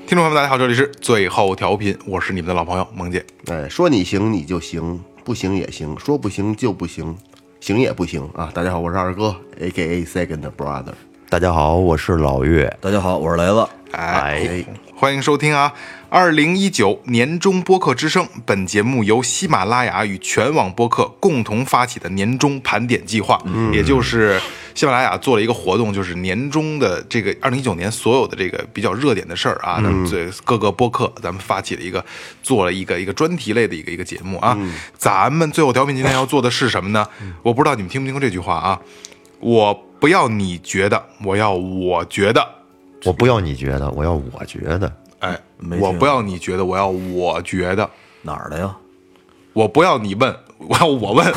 听众朋友们，大家好，这里是最后调频，我是你们的老朋友萌姐。 说你行你就行，不行也行，说不行就不行，行也不行啊！大家好，我是二哥 ，A.K.A. Second Brother。 大家好，我是老岳。 大家好，我是雷子。 欢迎收听啊！2019年终播客之声，本节目由喜马拉雅与全网播客共同发起的年终盘点计划，也就是喜马拉雅做了一个活动，就是年终的这个2019年所有的这个比较热点的事儿啊，咱们各个播客咱们发起了做了一个专题类的一个节目啊。咱们最后调频今天要做的是什么呢？我不知道你们听没听过这句话啊？我不要你觉得，我要我觉得。 我不要你觉得，我要我觉得。 哎，我不要你觉得，我要我觉得。 哪儿的呀？ 我不要你问，我要我问。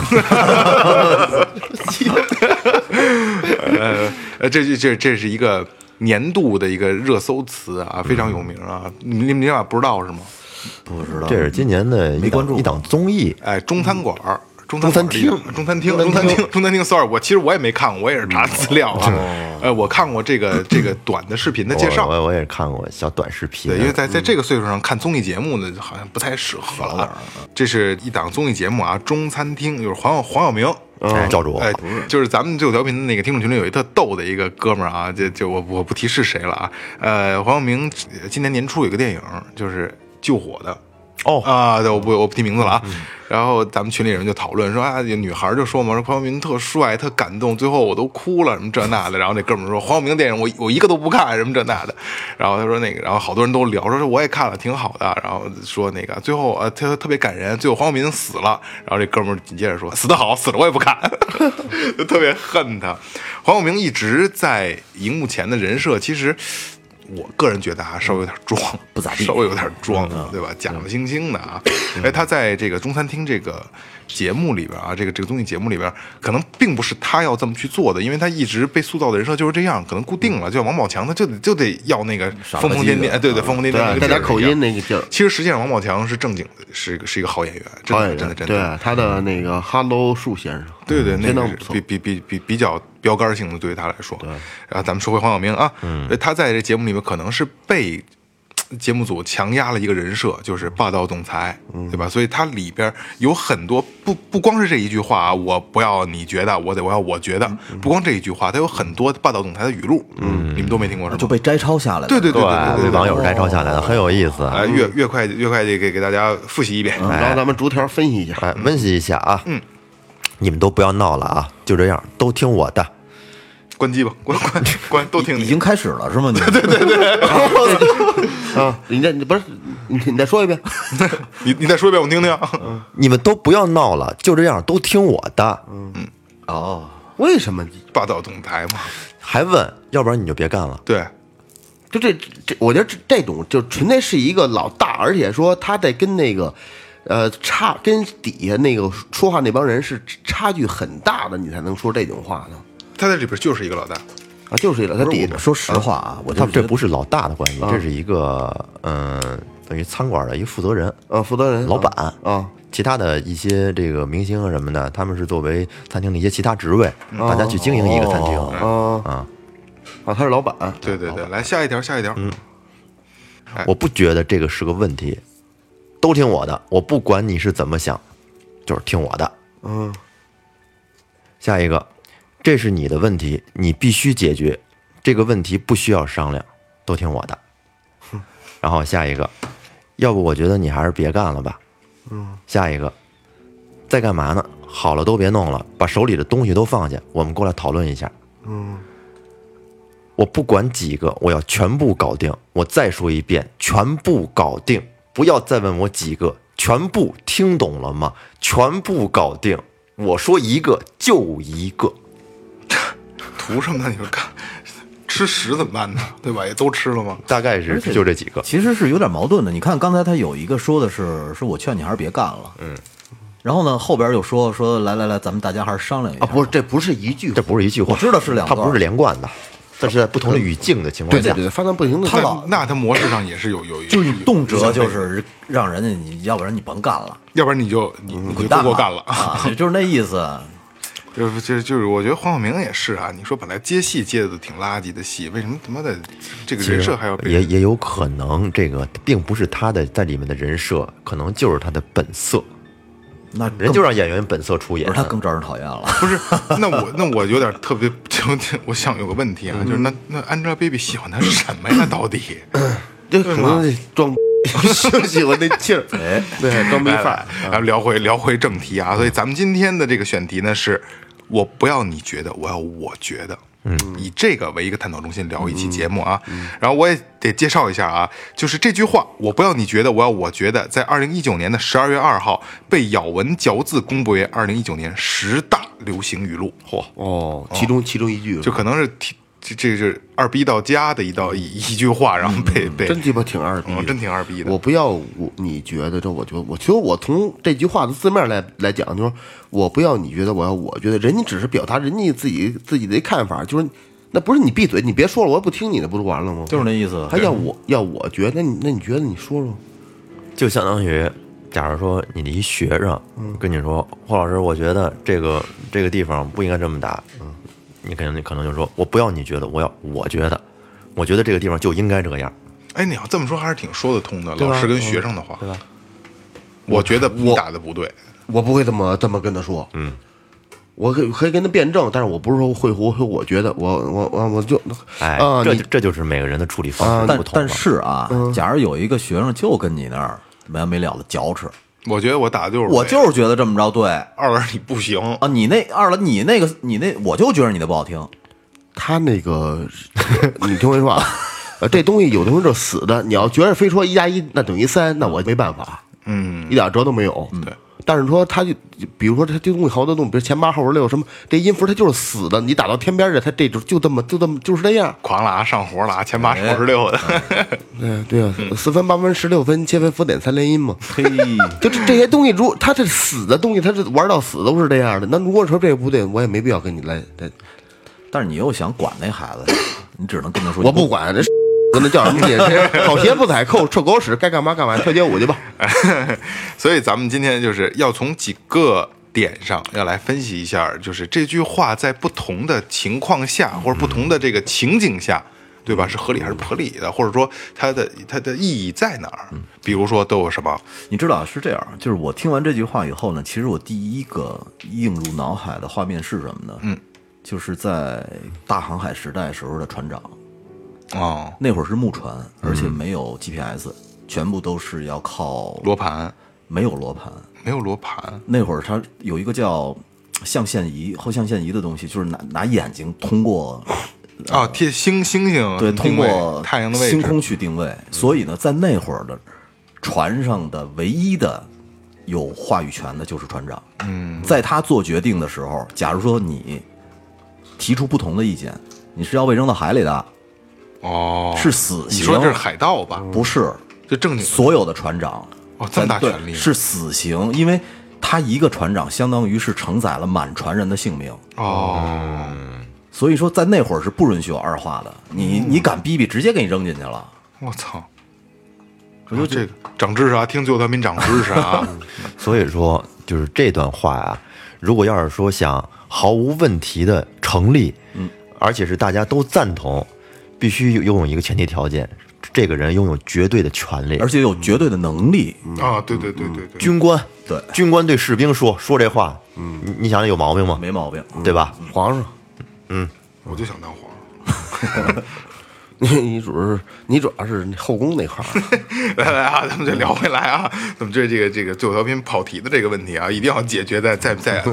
这是一个年度的一个热搜词啊，非常有名啊。你们俩不知道是吗？ 不知道。 这是今年的一档综艺， 哎，中餐馆。中餐厅 ，sorry， 其实我也没看过，我也是查资料啊。我看过这个短的视频的介绍， 我也看过小短视频。 对，因为在这个岁数上看综艺节目呢，好像不太适合了。这是一档综艺节目啊，中餐厅就是黄晓明。 教主， 就是咱们最后调频的那个听众群里有一特逗的一个哥们儿啊，就我不提是谁了啊。黄晓明今年年初有个电影，就是救火的。对，我不提名字了啊。然后咱们群里人就讨论说啊，女孩就说嘛，说黄晓明特帅，特感动，最后我都哭了，什么这那的。然后那哥们说黄晓明电影我一个都不看，什么这那的。然后他说那个，然后好多人都聊说我也看了，挺好的。然后说那个最后他特别感人，最后黄晓明死了。然后这哥们紧接着说死得好，死了我也不看，就特别恨他。黄晓明一直在荧幕前的人设，其实。我个人觉得啊，稍微有点装， 不咋地， 稍微有点装，对吧？假惺惺的啊。他在这个中餐厅这个节目里边啊，这个综艺节目里边，可能并不是他要这么去做的，因为他一直被塑造的人设就是这样，可能固定了。就像王宝强，他就得要那个疯疯癫癫，对，疯疯癫癫那个带点口音那个劲儿。 其实实际上王宝强是正经的，是一个好演员，真的。 对，他的那个哈喽树先生， 对，那个是比较标杆性的，对于他来说。对，然后咱们说回黄晓明啊，他在这节目里面可能是被节目组强压了一个人设，就是霸道总裁，对吧？所以它里边有很多不光是这一句话啊，我不要你觉得，我要我觉得，不光这一句话，它有很多霸道总裁的语录，你们都没听过是吗？ 就被摘抄下来了。 对， 网友摘抄下来的，很有意思。 越快地给大家复习一遍， 然后咱们逐条分析一下， 温习一下啊。你们都不要闹了啊，就这样，都听我的。 关机吧，关，都听你。 已经开始了是吗？ 对。啊，你不是你再说一遍， 你再说一遍我听听。 你们都不要闹了，就这样，都听我的。 为什么霸道总裁嘛？ 还问，要不然你就别干了。 对，就这，我觉得这种就纯粹是一个老大，而且说他在跟那个。跟底下那个说话那帮人是差距很大的，你才能说这种话呢。 他在里边就是一个老大啊，就是一个他底下。 说实话啊， 他这不是老大的关系，这是一个等于餐馆的一个负责人负责人老板啊。 其他的一些这个明星啊什么的，他们是作为餐厅的一些其他职位，大家去经营一个餐厅他是老板。 对，来下一条。 我不觉得这个是个问题。都听我的，我不管你是怎么想，就是听我的。下一个，这是你的问题，你必须解决，这个问题不需要商量，都听我的。然后下一个，要不我觉得你还是别干了吧。下一个，在干嘛呢？好了，都别弄了，把手里的东西都放下，我们过来讨论一下。我不管几个，我要全部搞定。我再说一遍，全部搞定。不要再问我几个，全部听懂了吗？全部搞定，我说一个就一个。 图什么呢？你说看吃屎怎么办呢？对吧？也都吃了吗？ 大概是就这几个。 其实是有点矛盾的。你看刚才他有一个说的是我劝你还是别干了。然后呢，后边又说来，咱们大家还是商量一下。 不是，这不是一句话， 我知道是两段， 它不是连贯的。但是在不同的语境的情况下， 对，发生不停的。 他模式上也是有， 就是你动辄就是让人家你要不然你甭干了， 要不然你就滚蛋给我干了啊，就是那意思。 就是，我觉得黄晓明也是啊。你说本来接戏接的都挺垃圾的戏，为什么他妈的这个人设还要被也有可能这个并不是他的在里面的人设，可能就是他的本色。 那人就让演员本色出演， 他更招人讨厌了。 不是？那我有点特别，我想有个问题啊，就是那 Angelababy 喜欢他什么呀？到底？ 这可能装喜欢那劲儿， 哎， 对，装逼范儿。 然后聊回正题啊，所以咱们今天的这个选题呢是，我不要你觉得，我要我觉得。以这个为一个探讨中心聊一期节目啊，然后我也得介绍一下啊，就是这句话，我不要你觉得，我要我觉得，在2019年的12月2号被咬文嚼字公布为2019年10大流行语录。 哦，其中一句， 就可能是这是二逼到家的一句话，然后被真鸡巴挺二逼， 真挺二逼的。 我不要你觉得，我觉得我从这句话的字面来讲，就是我不要你觉得，我要我觉得，人家只是表达人家自己的看法，就是那不是你闭嘴，你别说了，我也不听你的，不就完了吗？ 就是那意思。 还要我觉得，那你觉得你说说， 就相当于，假如说你的一学生跟你说，霍老师，我觉得这个地方不应该这么打，你可能就说，我不要你觉得，我觉得这个地方就应该这样。 哎，你要这么说还是挺说得通的，老师跟学生的话， 对吧？ 我觉得你打的不对， 我不会这么跟他说，我可以跟他辩证，但是我不是说我觉得我就这就是每个人的处理方式不同。 但是啊，假如有一个学生就跟你那儿没完没了的嚼吃， 我觉得我打的就是我就是觉得这么着对。 二轮你不行啊，你那我就觉得你的不好听。 他那个，你听我说啊，这东西有东西是死的，你要觉得非说1+1那等于3，那我没办法，一点辙都没有。 对。 但是说他就，比如说他这东西好多东西，比如前8后6什么，这音符它就是死的，你打到天边去，它这就这么就是这样。 狂了啊，上活了啊，前8后6的。 对啊，4分8分16分7分符点3连音嘛。 嘿， 就这些东西，如它这死的东西，它是玩到死都是这样的。那如果说这个不对，我也没必要跟你来。 但是你又想管那孩子，你只能跟他说， 我不管这。跟他叫什么去？好鞋不踩扣，臭狗屎，该干嘛干嘛，跳街舞去吧。 所以咱们今天就是要从几个点上要来分析一下，就是这句话在不同的情况下或者不同的这个情景下，对吧？是合理还是不合理的，或者说它的意义在哪儿？比如说都有什么？ 你知道是这样，就是我听完这句话以后呢，其实我第一个映入脑海的画面是什么呢？就是在大航海时代时候的船长。 哦， 那会儿是木船，而且没有 GPS，全部都是要靠罗盘， 没有罗盘， 没有罗盘。 那会儿它有一个叫象限仪、后象限仪的东西，就是拿眼睛通过贴星星， 对，通过太阳的位置、 星空去定位。所以呢，在那会儿的船上的唯一的有话语权的就是船长。在他做决定的时候，假如说你提出不同的意见，你是要被扔到海里的。是死刑。 你说这是海盗吧？ 不是， 就正经所有的船长这么大权力是死刑，因为他一个船长相当于是承载了满船人的性命。所以说在那会儿是不允许有二话的，你敢逼逼，直接给你扔进去了。 我操！我觉得这个长知识啊，听最后调频长知识啊。 所以说，就是这段话啊，如果要是说想毫无问题的成立，而且是大家都赞同。必须拥有一个前提条件，这个人拥有绝对的权利， 而且有绝对的能力对， 军官对军官对士兵说这话，你想有毛病吗？ 没毛病， 对吧？ 皇上， 我就想当皇上。 你主要是后宫那块儿。 来啊，咱们就聊回来啊，咱们这个最后调频跑题的这个问题啊，一定要解决在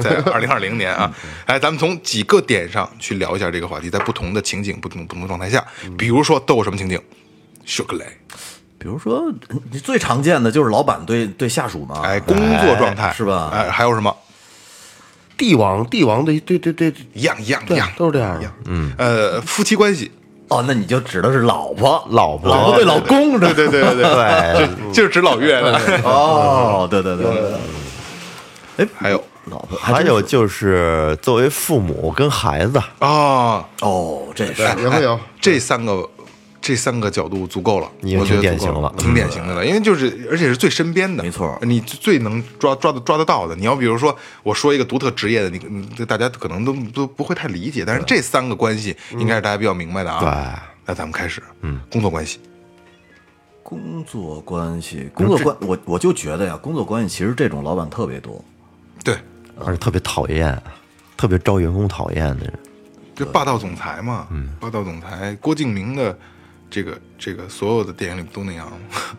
2020年啊。来，咱们从几个点上去聊一下这个话题，在不同的情景、不同状态下，比如说都有什么情景？说个雷。 比如说，你最常见的就是老板对下属嘛， 工作状态是吧？ 还有什么？ 帝王对， 一样， 都是这样的。 夫妻关系。 那你就指的是老婆对老公， 对，就是指老岳的。 对。哎， 还有老婆， 还有就是作为父母跟孩子这是也会有这3个这3个角度足够了， 你挺典型了， 挺典型的了，因为而且是最身边的， 没错， 你最能抓得到的。你要比如说我说一个独特职业的，你大家可能都不会太理解，但是这3个关系应该是大家比较明白的啊。 对， 那咱们开始，工作关系。 工作关系，我就觉得呀，工作关系其实这种老板特别多， 对， 而且特别讨厌，特别招员工讨厌的人。 这霸道总裁嘛，霸道总裁郭敬明的这个所有的电影里都那样。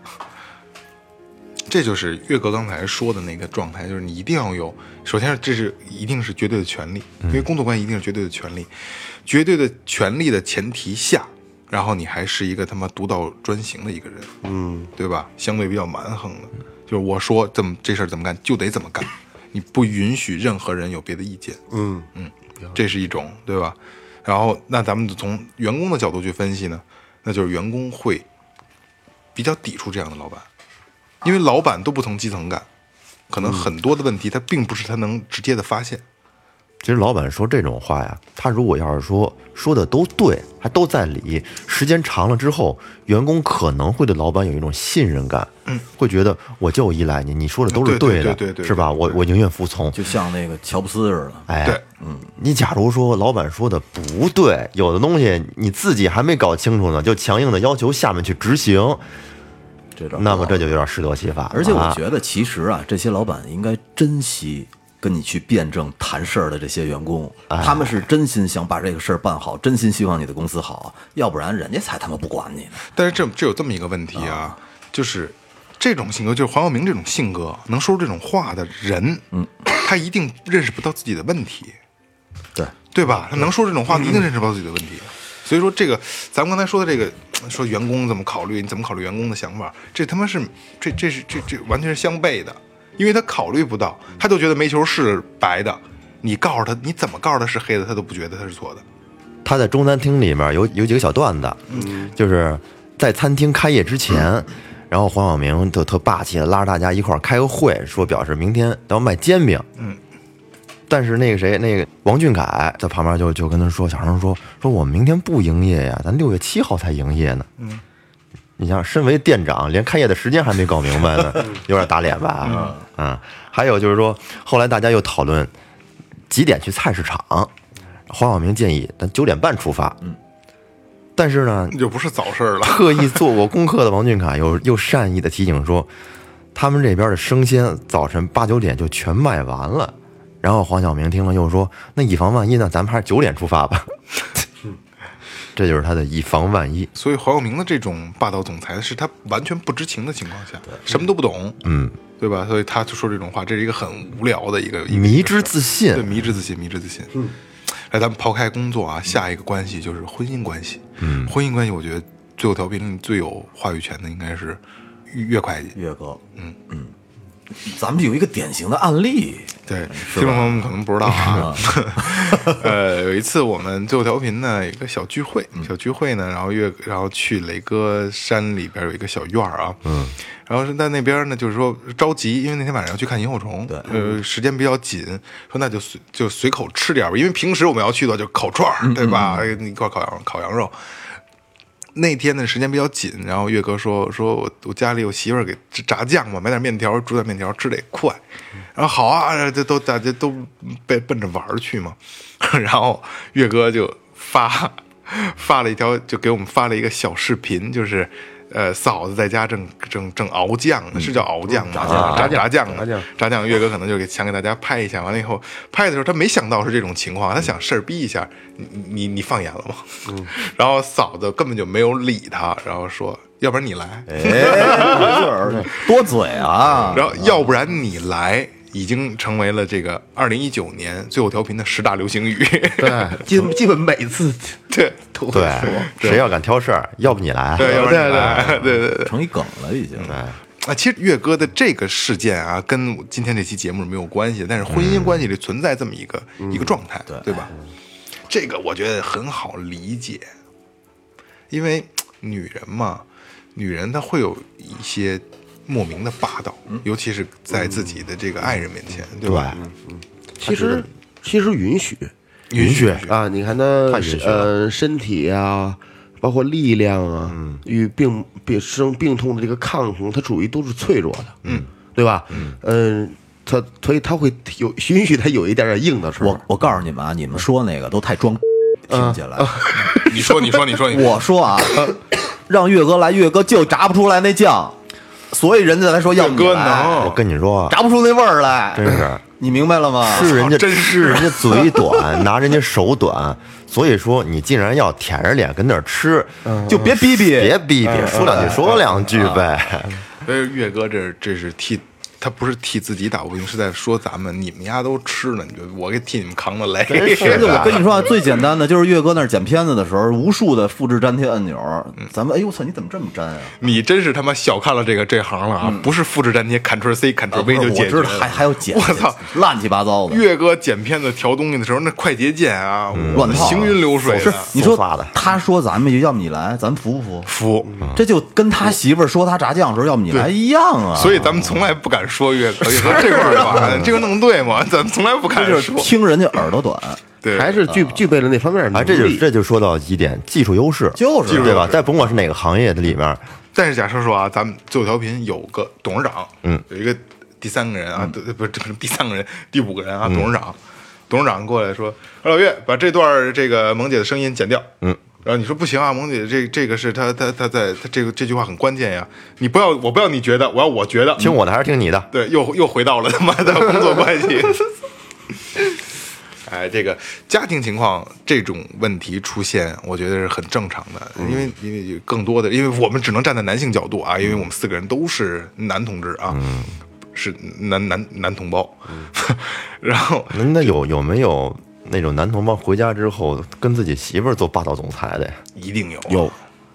这就是岳哥刚才说的那个状态，就是你一定要有，首先这是一定是绝对的权利，因为工作关系一定是绝对的权利，绝对的权利的前提下，然后你还是一个他妈独到专行的一个人，对吧？相对比较蛮横的，就是我说这事儿怎么干就得怎么干，你不允许任何人有别的意见，这是一种，对吧？然后那咱们从员工的角度去分析呢，那就是员工会比较抵触这样的老板，因为老板都不从基层干，可能很多的问题他并不是他能直接的发现。 其实老板说这种话呀，他如果要是说的都对，还都在理，时间长了之后，员工可能会对老板有一种信任感，会觉得我就依赖你，你说的都是对的， 对， 是吧？我宁愿服从， 就像那个乔布斯似的。 哎，对，你假如说老板说的不对，有的东西你自己还没搞清楚呢，就强硬的要求下面去执行，那么这就有点适得其反了。 而且我觉得其实啊，这些老板应该珍惜跟你去辩证谈事儿的这些员工，他们是真心想把这个事儿办好，真心希望你的公司好，要不然人家才他妈不管你呢。 但是这有这么一个问题啊，就是这种性格，就是黄晓明这种性格，能说出这种话的人，他一定认识不到自己的问题，对吧？他能说这种话，一定认识不到自己的问题。所以说，这个咱们刚才说的这个，说员工怎么考虑，你怎么考虑员工的想法，这他妈是这完全是相悖的。因为他考虑不到，他就觉得煤球是白的，你告诉他，你怎么告诉他是黑的，他都不觉得他是错的。 他在中餐厅里面有几个小段子，就是在餐厅开业之前，然后黄晓明就特霸气的拉着大家一块儿开个会，说表示明天要卖煎饼。但是那个王俊凯在旁边就跟他说，小声说我们明天不营业呀，咱6月7号才营业呢。你像身为店长，连开业的时间还没搞明白呢，有点打脸吧？还有就是说，后来大家又讨论几点去菜市场，黄晓明建议咱9点半出发。但是呢， 就不是早市了。 特意做过功课的王俊凯又善意的提醒说，他们这边的生鲜早晨8、9点就全卖完了。然后黄晓明听了又说，那以防万一呢，咱们还是9点出发吧。这就是他的以防万一。 所以黄晓明的这种霸道总裁是他完全不知情的情况下，什么都不懂，对吧？所以他就说这种话，这是一个很无聊的一个迷之自信， 对，迷之自信。来，咱们抛开工作啊，下一个关系就是婚姻关系。婚姻关系，我觉得最后调频里最有话语权的应该是岳会计， 岳哥。咱们有一个典型的案例， 对，听众朋友们可能不知道啊。有一次我们最后调频呢一个小聚会呢，然后去雷哥山里边有一个小院啊，然后是在那边呢，就是说着急，因为那天晚上要去看萤火虫，时间比较紧，说那就随口吃点吧，因为平时我们要去的就烤串，对吧？一块烤羊肉。那天的时间比较紧，然后岳哥说我家里有媳妇儿给炸酱嘛，买点面条，煮点面条，吃得也快。然后好啊，大家都奔着玩去嘛。然后岳哥就发了一条，就给我们发了一个小视频，就是嫂子在家正熬酱呢，是叫熬酱吗？炸酱。岳哥可能就想给大家拍一下，完了以后拍的时候他没想到是这种情况，他想事儿逼一下，你放盐了吗？然后嫂子根本就没有理他，然后说要不然你来， 多嘴啊！ 然后要不然你来。已经成为了这个2019年最后调频的10大流行语。 对，基本每次都会说， 谁要敢挑事儿，要不你来， 对， 成一梗了已经。 其实岳哥的这个事件啊，跟今天这期节目没有关系，但是婚姻关系里存在这么一个状态，对吧？这个我觉得很好理解，因为女人嘛，女人她会有一些莫名的霸道，尤其是在自己的这个爱人面前，对吧？ 其实允许允许啊，你看他身体啊、 包括力量啊，与病痛的这个抗衡，它属于都是脆弱的，对吧？所以他会允许他有一点硬的时候。 我告诉你们啊，你们说那个都太装，听起来。 你说， 我说啊，让岳哥来，岳哥就炸不出来那酱，所以人家才说要你来。 我跟你说， 炸不出那味儿来， 真是。 你明白了吗？ 是人家真是人家嘴短，拿人家手短，所以说你既然要舔着脸跟那儿吃， 就别逼逼， 别逼逼，说两句呗。 所以岳哥这是替他不是替自己打不平，是在说咱们你们家都吃呢，你就我给替你们扛的雷。 我跟你说啊，最简单的就是岳哥那儿剪片子的时候，无数的复制粘贴按钮，咱们哎呦我操，你怎么这么粘啊？ 你真是他妈小看了这行了啊！不是复制粘贴，Ctrl C Ctrl V 就解决了。 我知道还有剪， 我操， 乱七八糟的。 岳哥剪片子调东西的时候，那快捷键啊， 乱套， 行云流水的。 你说他说咱们要不你来，咱服不服？ 服， 这就跟他媳妇儿说他炸酱的时候要不你来一样啊。 所以咱们从来不敢说岳哥。这块儿吧，这个弄对吗？咱们从来不敢说， 听人家耳朵短， 对， 还是具备了那方面的能力。这就说到一点技术优势， 就是对吧？再甭管是哪个行业的里面， 但是假设说啊，咱们最后调频有个董事长，有一个第三个人啊，不是第三个人，第五个人啊，董事长过来说，老岳把这段这个萌姐的声音剪掉，然后你说不行啊，萌姐这个是他这句话很关键呀，我不要你觉得，我觉得听我的还是听你的？ 对，又回到了他妈的工作关系。哎，这个家庭情况这种问题出现，我觉得是很正常的，因为更多的，因为我们只能站在男性角度啊，因为我们4个人都是男同志啊，是男同胞，然后那有没有那种男同胞回家之后跟自己媳妇儿做霸道总裁的呀？ 一定有，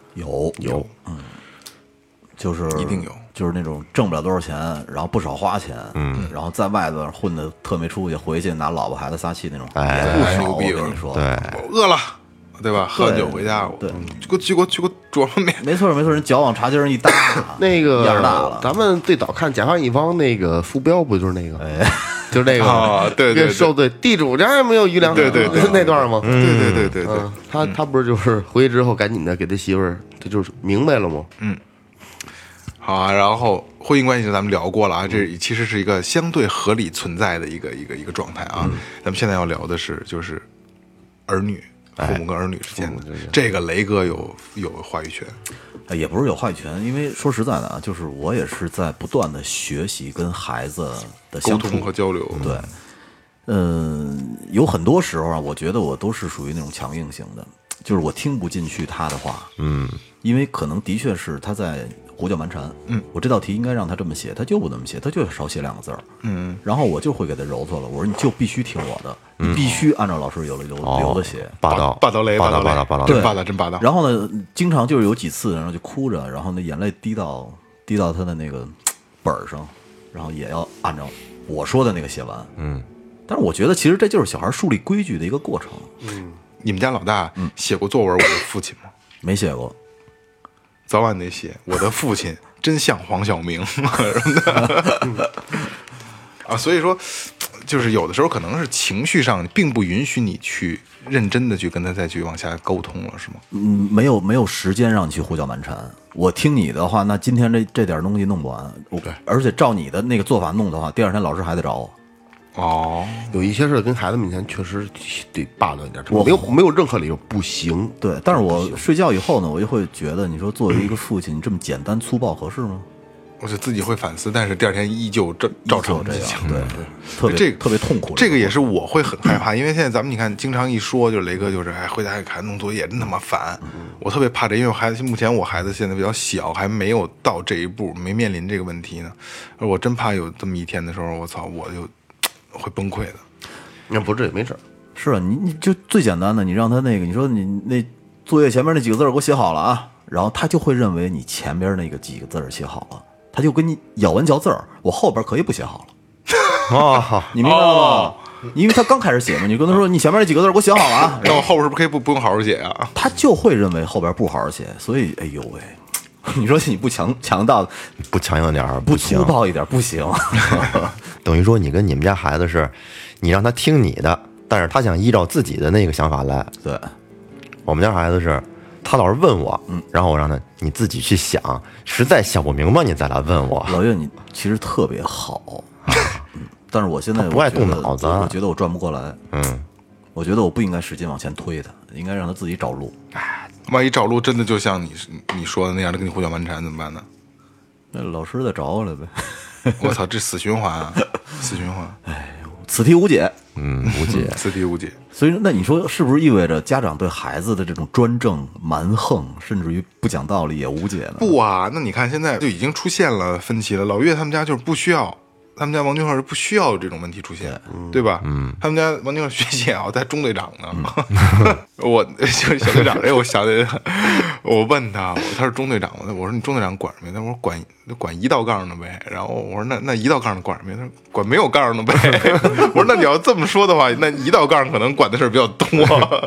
就是一定有， 就是那种挣不了多少钱，然后不少花钱，然后在外头混的特没出息，回去拿老婆孩子撒气那种， 太牛逼了！ 我跟你说， 对， 我饿了，对吧？喝完酒回家， 对， 去给我煮碗面。 没错，人脚往茶几上一搭， 那个样大了。 咱们最早看《甲方乙方》那个副标不就是那个？就是那个啊，对， 受罪地主家没有余粮， 对， 是那段吗？ 对， 他不是就是回去之后赶紧的给他媳妇儿，他就是明白了吗？ 好啊，然后婚姻关系咱们聊过了啊，这其实是一个相对合理存在的一个状态啊。咱们现在要聊的是就是儿女，父母跟儿女之间的这个，雷哥有话语权。 也不是有话语权，因为说实在的啊，就是我也是在不断的学习跟孩子的相处沟通和交流。 对，有很多时候啊，我觉得我都是属于那种强硬型的，就是我听不进去他的话，因为可能的确是他在胡搅蛮缠，我这道题应该让他这么写，他就不那么写，他就少写2个字儿，然后我就会给他揉错了，我说你就必须听我的，你必须按照老师留的写， 霸道雷， 对， 真霸道。 然后呢，经常就是有几次，然后就哭着，然后那眼泪滴到他的那个本上，然后也要按照我说的那个写完，但是我觉得其实这就是小孩树立规矩的一个过程。 你们家老大写过作文《我的父亲》吗？ 没写过。 早晚得写。我的父亲真像黄晓明啊，所以说，就是有的时候可能是情绪上并不允许你去认真的去跟他再去往下沟通了，是吗？ 没有时间让你去胡搅蛮缠。我听你的话，那今天这点东西弄不完，而且照你的那个做法弄的话，第二天老师还得找我。 有一些事跟孩子面前确实得霸道一点，没有任何理由不行。 对，但是我睡觉以后呢，我就会觉得，你说作为一个父亲，你这么简单粗暴合适吗？ 我就自己会反思，但是第二天依旧照常这样， 对， 特别痛苦。 这个也是我会很害怕，因为现在咱们你看，经常一说就是雷哥就是回家给孩子弄作业真他妈烦，我特别怕这，因为目前我孩子现在比较小，还没有到这一步，没面临这个问题呢，而我真怕有这么一天的时候，我操，我就会崩溃的。 那不是也没事， 是啊，你就最简单的，你让他那个，你说你那作业前面那几个字给我写好了啊，然后他就会认为你前边那个几个字写好了。他就跟你咬文嚼字儿，我后边可以不写好了。你明白了吗？因为他刚开始写嘛，你跟他说你前面那几个字给我写好了啊， 那我后边是不是可以不用好好写啊？ 他就会认为后边不好好写，所以哎呦喂，你说你不强大， 不强硬点不粗暴一点不行。 等于说你跟你们家孩子是，你让他听你的，但是他想依照自己的那个想法来。 对， 我们家孩子是。 他老是问我，然后我让他你自己去想，实在想不明白你再来问我。 老岳，你其实特别好，但是我现在不爱动脑子， 我觉得我转不过来。我觉得我不应该使劲往前推他，应该让他自己找路。 万一找路真的就像你说的那样的，跟你胡搅蛮缠怎么办呢？ 那老师再找我来呗。 我操，这死循环啊，死循环！ 哎呦，此题无解。 无解， 此题无解。 所以，那你说是不是意味着家长对孩子的这种专政、蛮横，甚至于不讲道理也无解呢？ 不啊，那你看现在就已经出现了分歧了。老岳他们家就是不需要，他们家王俊浩是不需要这种问题出现，对吧？他们家王俊浩学习也好，他中队长呢。我就是小队长，我想起来，我问他是中队长吗？我说你中队长管什么？他说管一道杠的呗。然后我说那一道杠的管什么？他说管没有杠的呗。我说那你要这么说的话，那一道杠可能管的事儿比较多。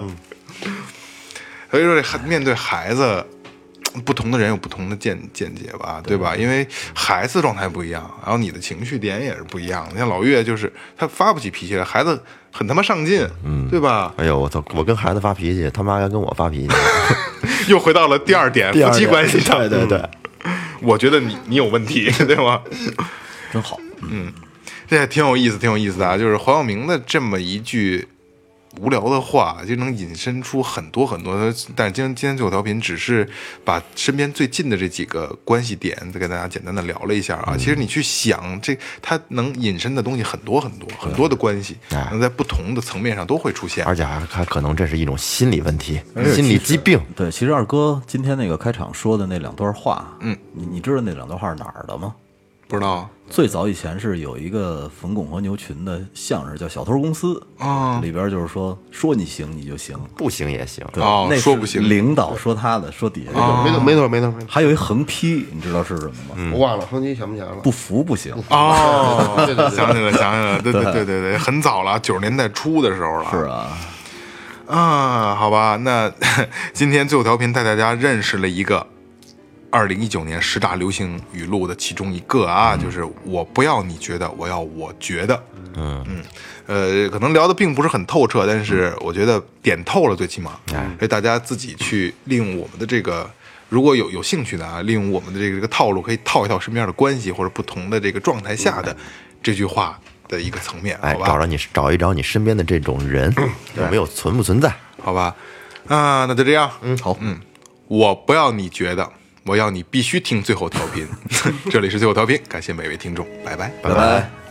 所以说面对孩子。不同的人有不同的见解吧，对吧？因为孩子状态不一样，然后你的情绪点也是不一样的。像老岳就是他发不起脾气来，孩子很他妈上进，对吧？ 哎呦我操！我跟孩子发脾气，他妈该跟我发脾气。 又回到了第二点，夫妻关系上。 对， 我觉得你有问题，对吗？ 真好， 这也挺有意思的啊。就是黄晓明的这么一句无聊的话就能引申出很多很多的，但是今天最后调频只是把身边最近的这几个关系点再跟大家简单的聊了一下啊。其实你去想它能引申的东西很多的关系，能在不同的层面上都会出现， 而且还可能这是一种心理问题、心理疾病。 对，其实二哥今天那个开场说的那两段话，你知道那两段话是哪儿的吗？ 不知道。 最早以前是有一个冯巩和牛群的相声叫《小偷公司》里边就是说你行你就行， 不行也行。 对，那说不行， 领导说他的，说底下没错。 还有一横批，你知道是什么吗？ 我忘了，横批想不起来了。 不服不行。 对，想起来，对，很早了，90年代初的时候了。 是啊，好吧，那今天最后调频带大家认识了一个2019年10大流行语录的其中一个啊，就是我不要你觉得，我要我觉得。可能聊的并不是很透彻，但是我觉得点透了，最起码，所以大家自己去利用我们的这个，如果有兴趣的啊，利用我们的这个套路，可以套一套身边的关系或者不同的这个状态下的这句话的一个层面，好吧？ 找一找你身边的这种人有没有存不存在？ 好吧，那就这样。 好， 我不要你觉得。我要你必须听最后调频，这里是最后调频，感谢每位听众，拜拜， 拜拜。